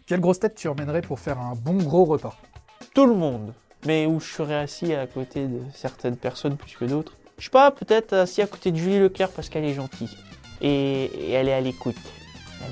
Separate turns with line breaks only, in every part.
Quelle grosse tête tu emmènerais pour faire un bon gros repas?
Tout le monde, mais où je serais assis à côté de certaines personnes plus que d'autres. Je sais pas, peut-être assis à côté de Julie Leclerc parce qu'elle est gentille. Et elle est à l'écoute. Voilà.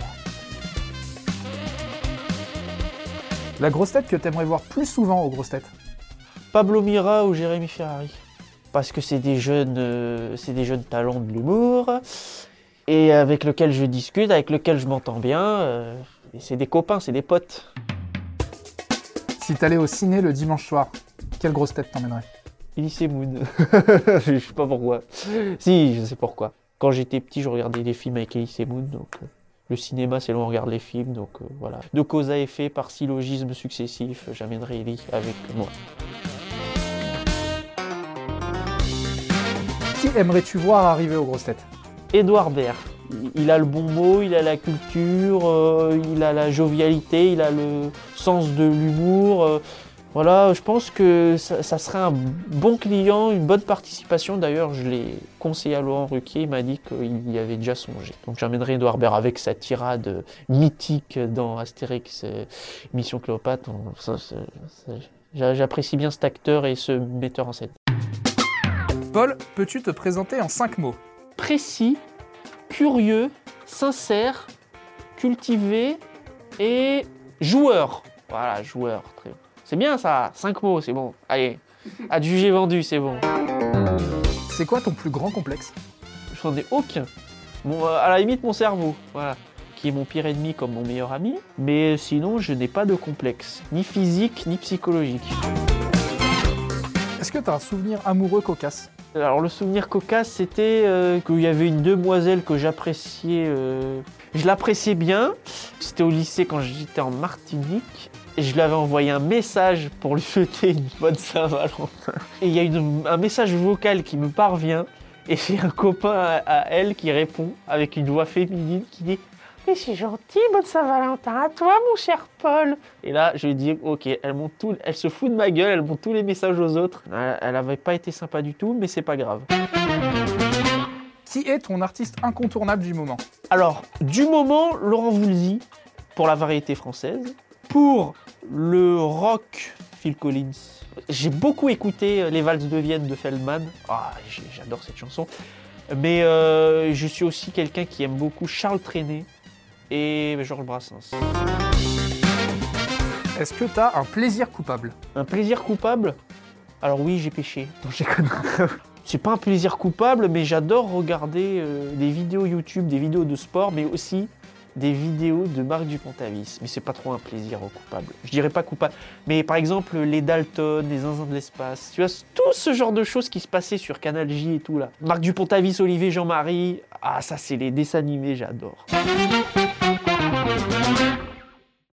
La grosse tête que t'aimerais voir plus souvent aux grosses têtes?
Pablo Mira ou Jérémy Ferrari. Parce que c'est des jeunes talents de l'humour, et avec lesquels je discute, avec lesquels je m'entends bien. Et c'est des copains, c'est des potes.
Si t'allais au ciné le dimanche soir, quelle grosse tête t'emmènerais?
Elise Moon. Je sais pas pourquoi. Si, je sais pourquoi. Quand j'étais petit, je regardais des films avec Elise Moon, donc le cinéma, c'est là où on regarde les films, donc voilà. De cause à effet, par syllogisme successif, j'amènerai Ellie avec moi.
Qui aimerais-tu voir arriver aux grosses têtes?
Édouard Baird. Il a le bon mot, il a la culture, il a la jovialité, il a le sens de l'humour. Voilà, je pense que ça serait un bon client, une bonne participation. D'ailleurs, je l'ai conseillé à Laurent Ruquier, il m'a dit qu'il y avait déjà songé. Donc j'emmènerai Édouard Baird avec sa tirade mythique dans Astérix, Mission Cléopâtre. J'apprécie bien cet acteur et ce metteur en scène.
Paul, peux-tu te présenter en 5 mots?
Précis, curieux, sincère, cultivé et joueur. Voilà, joueur. Très bien. C'est bien ça, 5 mots, c'est bon. Allez, adjugé vendu, c'est bon.
C'est quoi ton plus grand complexe?
J'en ai aucun. Bon, à la limite, mon cerveau, voilà, qui est mon pire ennemi comme mon meilleur ami. Mais sinon, je n'ai pas de complexe, ni physique, ni psychologique.
Est-ce que t'as un souvenir amoureux cocasse?
Alors le souvenir cocasse, c'était qu'il y avait une demoiselle que j'appréciais, je l'appréciais bien. C'était au lycée quand j'étais en Martinique. Et je lui avais envoyé un message pour lui souhaiter une bonne Saint-Valentin. Et il y a un message vocal qui me parvient. Et j'ai un copain à elle qui répond avec une voix féminine qui dit « Mais c'est gentil, bonne Saint-Valentin à toi, mon cher Paul !» Et là, je lui dis « Ok, elle se fout de ma gueule, elle montre tous les messages aux autres. » Elle n'avait pas été sympa du tout, mais c'est pas grave.
Qui est ton artiste incontournable du moment?
Alors, du moment, Laurent Voulzy, pour la variété française. Pour le rock, Phil Collins. J'ai beaucoup écouté Les Valses de Vienne de Feldman. Ah, j'adore cette chanson. Mais je suis aussi quelqu'un qui aime beaucoup Charles Trenet et Georges Brassens.
Est-ce que t'as un plaisir coupable?
Un plaisir coupable? Alors oui, j'ai péché. Non, j'ai connu. C'est pas un plaisir coupable, mais j'adore regarder des vidéos YouTube, des vidéos de sport, mais aussi des vidéos de Marc Dupontavis. Mais c'est pas trop un plaisir coupable. Je dirais pas coupable. Mais par exemple, les Dalton, les Zinzins de l'espace, tu vois, tout ce genre de choses qui se passaient sur Canal J et tout là. Marc Dupontavis, Olivier Jean-Marie, ah ça c'est les dessins animés, j'adore.